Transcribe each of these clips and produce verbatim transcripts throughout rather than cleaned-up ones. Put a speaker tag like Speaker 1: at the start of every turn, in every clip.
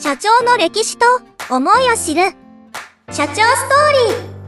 Speaker 1: 社長の歴史と思いを知る社長ストーリー。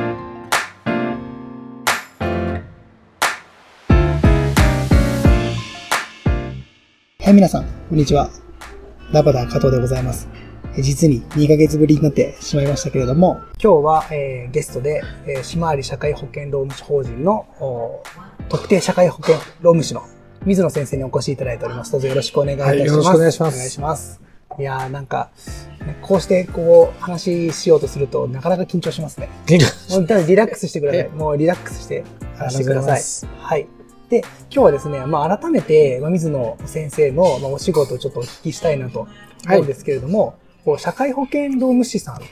Speaker 2: はい、皆さん、こんにちは。ラバダ加藤でございます。実ににかげつぶりになってしまいましたけれども、今日は、えー、ゲストで、えー、しまわり社会保険労務士法人の特定社会保険労務士の水野先生にお越しいただいております。どうぞよろしくお願いいたします。はい、よろしくお願いします。お願いします。いやー、なんか、こうしてこう話しようとするとなかなか緊張しますね。緊張もうただリラックスしてください。もうリラックスして話してください。はい。で、今日はですね、まあ、改めて、まあ、水野先生の、まあ、お仕事をちょっとお聞きしたいなと思うんですけれども、はい、こう社会保険労務士さんって、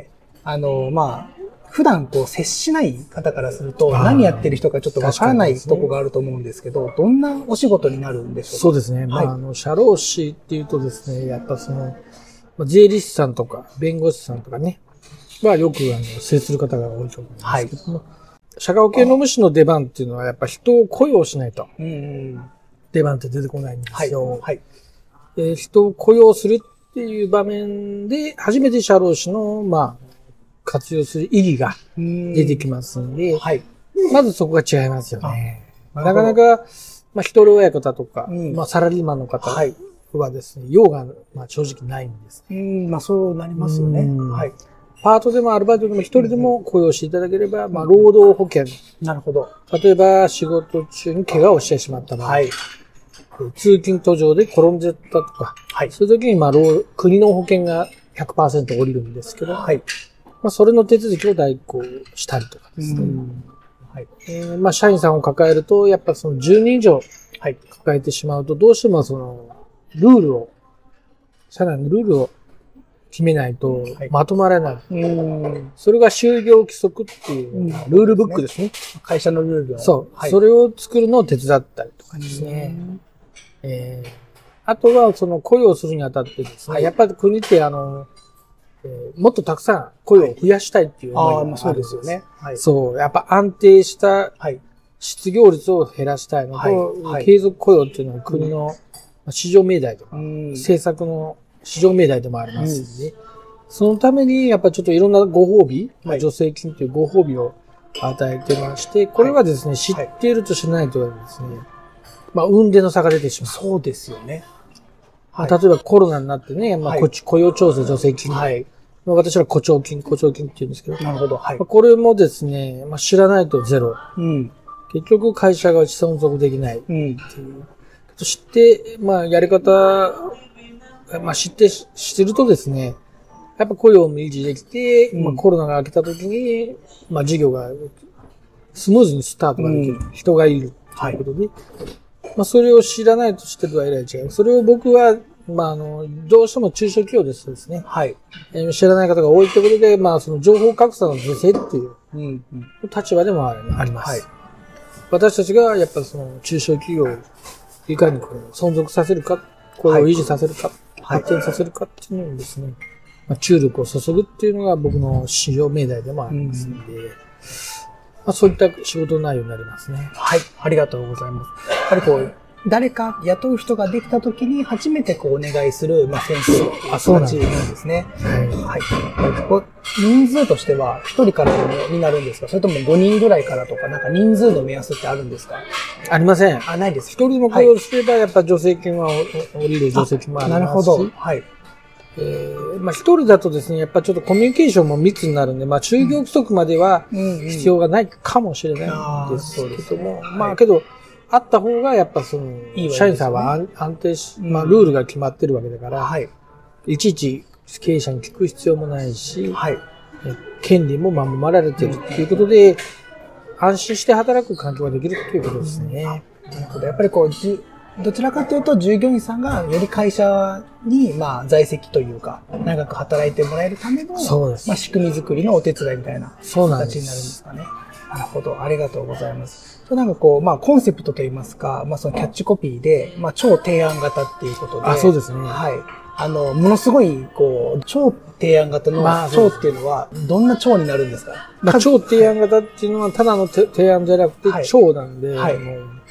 Speaker 2: あの、まあ、普段こう接しない方からすると、何やってる人かちょっとわからないとこがあると思うんですけど、どんなお仕事になるんでしょうか？
Speaker 3: そうですね。まあ、はい、あの、社労士っていうとですね、やっぱその、まあ、税理士さんとか、弁護士さんとかね、はよく、あの、接する方が多いと思うんですけども、はい、社会保険労務士の出番っていうのはやっぱ人を雇用しないと出番って出てこないんですよ。はいはい、えー、人を雇用するっていう場面で初めて社労士のまあ活用する意義が出てきますんで、はい、まずそこが違いますよね。なかなかまあ一人親方とか、うん、まあサラリーマンの方はですね、用がまあ正直ないんですね。
Speaker 2: うん、まあそうなりますよね。はい。
Speaker 3: パートでもアルバイトでも一人でも雇用していただければ、うん、まあ、労働保険。
Speaker 2: なるほど。例
Speaker 3: えば、仕事中に怪我をしてしまった場合、はい、通勤途上で転んじゃったとか、はい、そういう時に、まあ、国の保険が ひゃくパーセント 降りるんですけど、はい、まあ、それの手続きを代行したりとかですね。うんはいえー、まあ、社員さんを抱えると、やっぱそのじゅうにん以上抱えてしまうと、どうしてもその、ルールを、社内のルールを決めないとまとまらない。はい、うんそれが就業規則っていうルールブックですね。
Speaker 2: 会社のルールを。
Speaker 3: そう、はい。それを作るのを手伝ったりとかですね。えー、あとはその雇用するにあたってですね、はい、やっぱり国ってあの、えー、もっとたくさん雇用を増やしたいっていう思いがあるんですよね。そうですよね。はい、そう。やっぱ安定した失業率を減らしたいのと、はいはい、継続雇用っていうのは国の市場命題とか、政策の市場命題でもありますので、うん、そのためにやっぱちょっといろんなご褒美、はい、助成金というご褒美を与えてまして、これはですね、はい、知っていると知らないとはですね、まあ、運転の差が出てしまう。
Speaker 2: そうですよね。
Speaker 3: はい、例えばコロナになってね、まあ、はい、雇用調整助成金。はい、まあ、私は雇調金、雇調金って言うんですけど。
Speaker 2: なるほど。はい、
Speaker 3: まあ、これもですね、まあ、知らないとゼロ。うん、結局会社が存続できないっていう。うん、知って、まあ、やり方、まあ、知って、知るとですね、やっぱ雇用も維持できて、うん、まあ、コロナが明けた時に、まあ、事業がスムーズにスタートができる。うん、人がいる。ということで、はい、まあ、それを知らないと知ってるとはえらい違う。それを僕は、まあ、あの、どうしても中小企業ですとですね、はい。えー、知らない方が多いということで、まあ、その情報格差の是正っていう、うん、立場でもあります。はい。私たちが、やっぱその中小企業をいかにこう存続させるか、これを維持させるか、はい、発展させるかっていうのにですね、まあ、注力を注ぐっていうのが僕の市場命題でもありますので、うん、まあ、そういった仕事内容になりますね。
Speaker 2: はい、ありがとうございます。やっぱりこう、誰か雇う人ができたときに初めてこうお願いする、まあ、先生という形なんですね。はい。はい。人数としてはひとりからになるんですか？それともごにんぐらいからとか、なんか人数の目安ってあるんですか？
Speaker 3: ありません。
Speaker 2: あ、ないです。
Speaker 3: ひとりでも雇用すれば、やっぱ助成金は降りる助成金もありますし。なるほど。はい。えー、まあ一人だとですね、やっぱちょっとコミュニケーションも密になるんで、まあ就業規則までは必要がないかもしれないんですけども、まあけど、あった方がやっぱその、社員さんは安定し、まあルールが決まってるわけだから、はい、いちいち経営者に聞く必要もないし、はい、権利も守られてるっていうことで、安心して働く環境ができるっていうことですね。なるほど。
Speaker 2: やっぱりこう、どちらかというと従業員さんがより会社にまあ在籍というか長く働いてもらえるためのそうです、まあ、仕組み作りのお手伝いみたいな形になるんですかね。なるほど、ありがとうございます。なんかこうまあコンセプトといいますか、まあそのキャッチコピーでまあ超提案型っていうことで、
Speaker 3: あ、そうですね。
Speaker 2: はい。あのものすごいこう超提案型の超っていうのはどんな超になるんですか？
Speaker 3: まあ超提案型っていうのはただの提案じゃなくて超なんで、はいはい、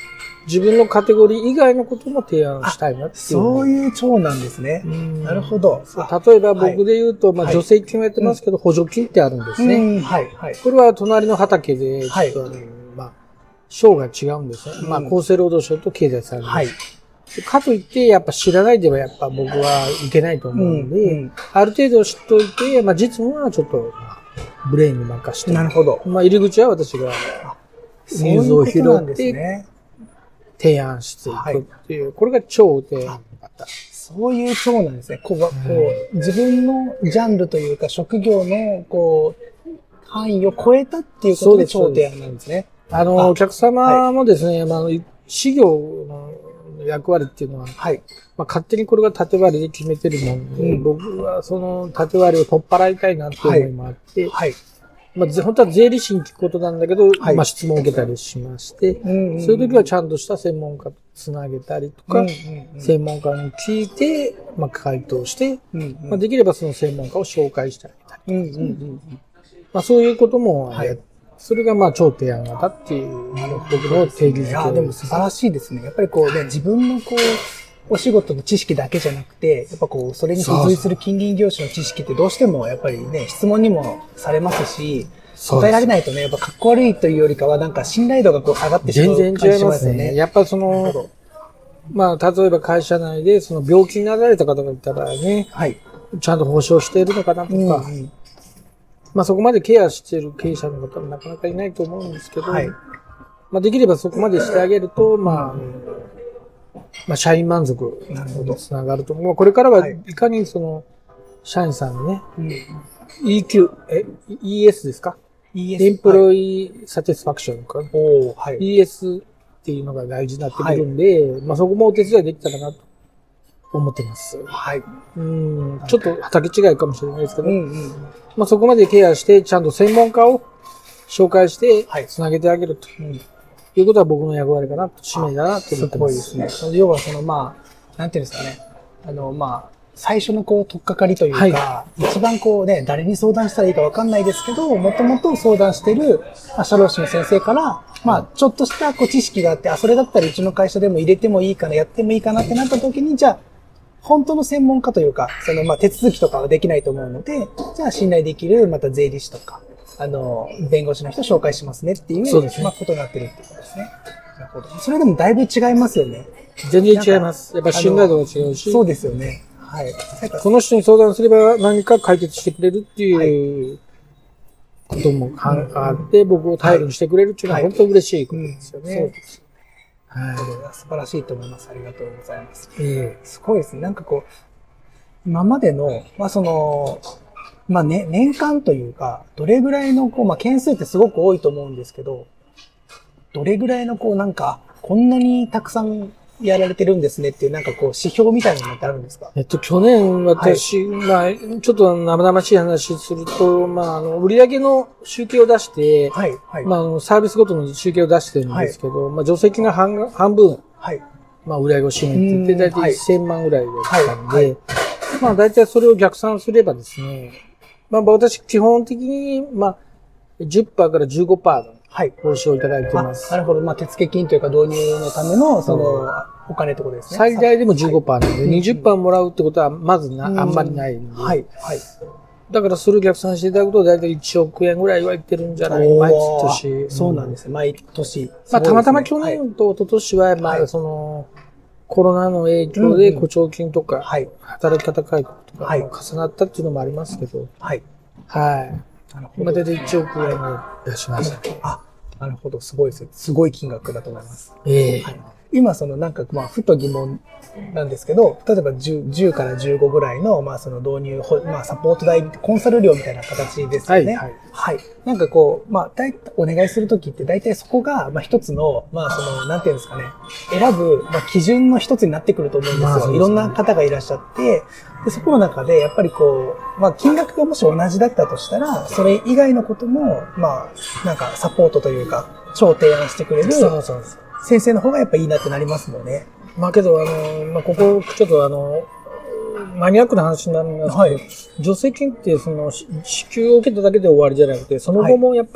Speaker 3: 自分のカテゴリー以外のことも提案したいなっていう。
Speaker 2: そういう長なんですね。なるほど。
Speaker 3: 例えば僕で言うと、はい、まあ助成金をやってますけど、はい、補助金ってあるんですね。うん、はいはい、これは隣の畑で、ちょっと、はい、まあ、省が違うんですね。うん、まあ厚生労働省と経済産業省。はい、かといって、やっぱ知らないではやっぱ僕はいけないと思うんで、うんうん、ある程度知っておいて、まあ実務はちょっと、ブレインに任して。
Speaker 2: なるほど。
Speaker 3: まあ入り口は私がニーズを拾って、提案していくっていう、はい、これが超提案だった。
Speaker 2: そういう超なんですね。こう、こう自分のジャンルというか職業のこう範囲を超えたっていうことで超提案なんですね。
Speaker 3: あの、あお客様もですね、はい、まあ、事業の役割っていうのは、はい、まあ、勝手にこれが縦割りで決めてるもんで、うん、僕はその縦割りを取っ払いたいなっていう思いもあって、はいはい、まあ、本当は税理士に聞くことなんだけど、はい、まあ質問を受けたりしまして、うんうん、そういう時はちゃんとした専門家とつなげたりとか、うんうんうん、専門家に聞いて、まあ、回答して、うんうん、まあ、できればその専門家を紹介してあげたり、うんうんうん、まあ、そういうこともやって、はい、それがまあ超提案型っていう僕の定義づけ。いや、
Speaker 2: でも素晴らしいですね。やっぱりこうね、自分のこう、お仕事の知識だけじゃなくて、やっぱこう、それに付随する近隣業種の知識ってどうしてもやっぱりね、質問にもされますし、答えられないとね、やっぱかっこ悪いというよりかは、なんか信頼度がこう下がってしまう感じしますよね。全然違いますね。
Speaker 3: やっぱその、まあ、例えば会社内でその病気になられた方がいた場合ね、はい、ちゃんと保証しているのかなとか、うんうん、まあそこまでケアしている経営者の方もなかなかいないと思うんですけど、はい、まあできればそこまでしてあげると、まあ、まあ社員満足につながると思う。これからはいかにその、社員さんのね、うん、イーキュー、え、イーエス ですか？ イーエス エンプロイサティスファクションか、はい、イーエス っていうのが大事になってくるんで、はい、まあそこもお手伝いできたらなと思ってます。はい。うん、ちょっと畑違いかもしれないですけど、うんうん、まあそこまでケアして、ちゃんと専門家を紹介して、つなげてあげると、はい、いうことは僕の役割かなと、使命だなと思ってます。すごいですね。要はそのまあ、なんていうんですかね、あのまあ、最初のこう、取っかかりというか、はい、一番こうね、誰に相談したらいいかわかんないですけど、もともと相談してる、まあ、社労士の先生から、まあ、ちょっとしたこう知識があって、あ、それだったらうちの会社でも入れてもいいかな、やってもいいかなってなった時に、じゃあ、本当の専門家というか、その、まあ、手続きとかはできないと思うので、じゃあ、信頼できる、また税理士とか、あの、弁護士の人紹介しますねっていう、そうですね、まあ、ことになってるっていうことですね。なるほど。それでもだいぶ違いますよね。 全然違います。やっぱ信頼度が違うし。
Speaker 2: そうですよね。はい。
Speaker 3: この人に相談すれば何か解決してくれるっていうこともあって、僕を頼りにしてくれるっていうのは本当に嬉しいことですよね。そうです。
Speaker 2: はい。素晴らしいと思います。ありがとうございます。えー、すごいですね。なんかこう、今までの、まあその、まあね、年間というか、どれぐらいのこう、まあ件数ってすごく多いと思うんですけど、どれぐらいのこうなんか、こんなにたくさんやられてるんですねっていうなんかこう指標みたいなのってあるんですか？
Speaker 3: えっと、去年私、はい、まあ、ちょっと生々しい話すると、まあ、あの、売上の集計を出して、はい、はい。まあ、あの、サービスごとの集計を出してるんですけど、はい、まあ、助成金が半、半分、はい。まあ、売上を占めてて、だいたいせんまんぐらいだったんで、はいはい、まあ、だいたいそれを逆算すればですね、まあ、私、基本的に、まあ、じゅっパーセント から じゅうごパーセント。はい。報酬をいただいてます。
Speaker 2: なるほど。まあ、手付金というか導入のための、その、お金ってことですね。
Speaker 3: 最大でも じゅうごパーセント なんで、はい、にじゅっパーセント もらうってことは、まずな、あんまりないんで。はい。はい。だから、それを逆算していただくと、だいたいいちおくえんぐらいは言ってるんじゃないか、毎年。
Speaker 2: そうなんですね。毎年。
Speaker 3: まあ、たまたま去年と一昨年は、まあ、その、コロナの影響で、誇張金とか、はい。働き方改革とか、重なったっていうのもありますけど。はい。はい。なるほど。今、だいたいいちおくえんを出しました。
Speaker 2: あ、なるほど。すごいです。すごい金額だと思います。ええーはい、今、そのなんか、まあ、ふと疑問なんですけど、例えば じゅう, じゅうからじゅうごぐらいの、まあ、その導入、まあ、サポート代、コンサル料みたいな形ですよね。はい。はい。はい、なんかこう、まあ、だいお願いするときって、大体そこが、まあ、一つの、まあ、その、なんていうんですかね、選ぶ、まあ、基準の一つになってくると思うんですよ。まあ、そうですね、いろんな方がいらっしゃって、で、そこの中で、やっぱりこう、まあ、金額がもし同じだったとしたら、それ以外のことも、まあ、なんかサポートというか、超提案してくれる先生の方がやっぱいいなってなりますもんね。
Speaker 3: まあけど、あの、まあここ、ちょっとあの、マニアックな話になりますけど、はい、助成金ってその、支給を受けただけで終わりじゃなくて、その後もやっぱ、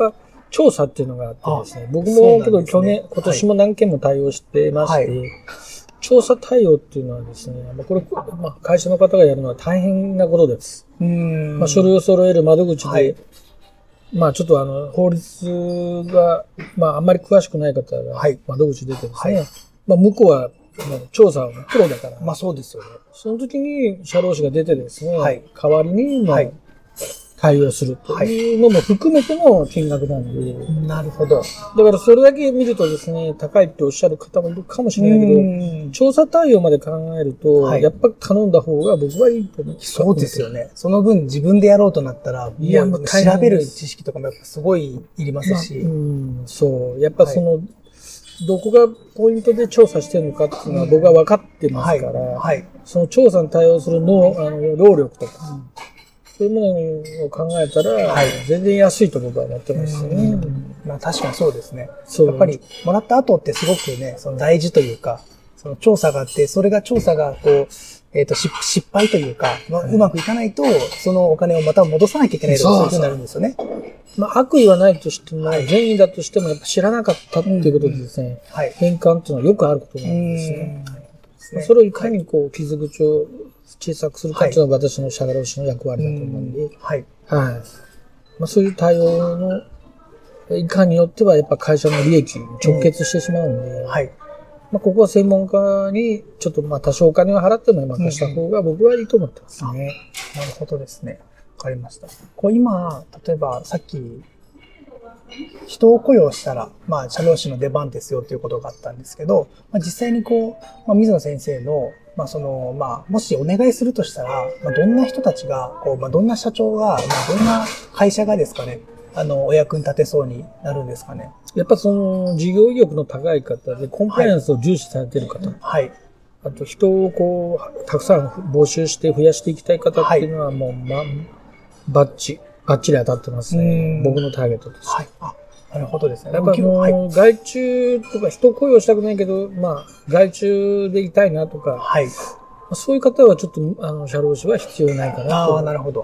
Speaker 3: 調査っていうのがあってですね、僕もけど去年、今年も何件も対応してまして、はい、調査対応っていうのはですね、これ、まあ、会社の方がやるのは大変なことです。うんまあ、書類を揃える窓口で、はい、まあちょっとあの、法律が、まああんまり詳しくない方が窓口出てですね、はい、まあ向こうは調査のプロだから、
Speaker 2: まあそうですよね。
Speaker 3: その時に社労士が出てですね、はい、代わりに、まあ、はい対応するというのも含めての金額なんで。
Speaker 2: はい、なるほど。
Speaker 3: だからそれだけ見るとですね、高いっておっしゃる方もいるかもしれないけど、調査対応まで考えると、はい、やっぱ頼んだ方が僕はいいと思う。
Speaker 2: そうですよね。その分自分でやろうとなったら、いや、もう調べる知識とかもやっぱすごいいりますし。
Speaker 3: まあ、うん、そう。やっぱその、はい、どこがポイントで調査してるのかっていうのは僕は分かってますから、うんはいはい、その調査に対応するの、あの労力とか、うんそういうものを考えたら、はい、全然安いと僕は思ってますね。
Speaker 2: まあ確かにそうですね。やっぱりもらった後ってすごくね、その大事というか、その調査があって、それが調査がこう、えっと、失敗というか、まあ、うまくいかないと、そのお金をまた戻さなきゃいけないというふうになるんですよね。
Speaker 3: まあ悪意はないとしても、はい、善意だとしてもやっぱ知らなかったっていうことでですね、うんうんはい、返還っていうのはよくあることなんですね。まあ、それをいかにこう、傷口を小さくするかっていうのが私の社労士の役割だと思うんで、はい。はい。まあそういう対応のいかによってはやっぱ会社の利益に直結してしまうんで、うん、はい。まあここは専門家にちょっとまあ多少お金を払っても任した方が僕はいいと思ってますね。
Speaker 2: うん、なるほどですね。わかりました。こう今、例えばさっき、人を雇用したら、まあ、社労士の出番ですよということがあったんですけど、まあ、実際にこう、まあ、水野先生の、まあ、その、まあ、もしお願いするとしたら、まあ、どんな人たちが、こう、まあ、どんな社長が、まあ、どんな会社がですかね、あの、お役に立てそうになるんですかね。
Speaker 3: やっぱその、事業意欲の高い方で、コンプライアンスを重視されている方。はい。あと、人をこう、たくさん募集して増やしていきたい方っていうのは、もう、まあ、バッチ。バッチリ当たってますね。僕のターゲットとして。はい。あ、
Speaker 2: なるほどですね。
Speaker 3: やっぱもう、はい、外注とか人雇用したくないけど、まあ、外注でいたいなとか、はい。そういう方はちょっと、あの、社労士は必要ないかなと。
Speaker 2: ああ、なるほど。はい。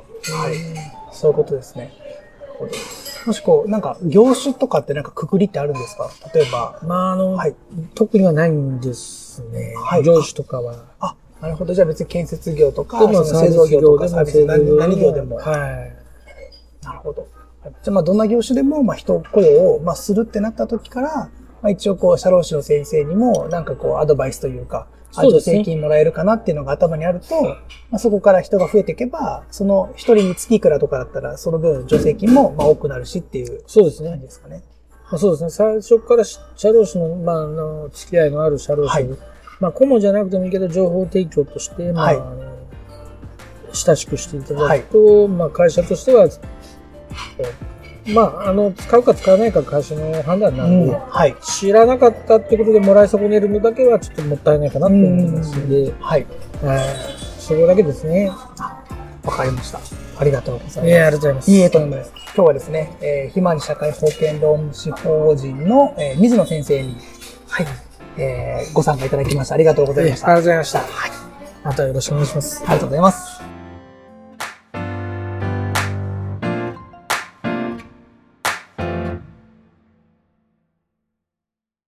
Speaker 2: そういうことですね。もしこう、なんか、業種とかってなんかくくりってあるんですか？例えば。
Speaker 3: まあ、あの、はい、特にはないんですね。はい。業種とかは。
Speaker 2: あ、なるほど。じゃあ別に建設業とか、製造業とかサービス何、何業でも。はい。なるほど。じゃあまあどんな業種でもまあ人雇用をまあするってなった時から、まあ一応こう社労士の先生にもなんかこうアドバイスというか、助成金もらえるかなっていうのが頭にあると、まあそこから人が増えていけば、その一人につきいくらとかだったらその分助成金もまあ多くなるしっていう。
Speaker 3: そうですね。
Speaker 2: 感じですかね。
Speaker 3: そうですね。最初から社労士のまああの付き合いのある社労士、はい、まあ顧問じゃなくてもいいけど情報提供としてまあ、はい、親しくしていただくと、はい、まあ会社としてはまあ、あの、使うか使わないか会社の判断なんで、うんはい、知らなかったってことでもらい損ねるのだけはちょっともったいないかなと思いますので、はい。それだけですね。
Speaker 2: わかりました。ありがとうございます。
Speaker 3: いや、ありがとうございます。
Speaker 2: いいえ、とんでもないです。今日はですね、えー、ひまわり社会保険労務士法人の、えー、水野先生に、はい、えー、ご参加いただきました。ありがとうございました。
Speaker 3: ありがとうございました。はい。またよろしくお願いします。
Speaker 2: ありがとうございます。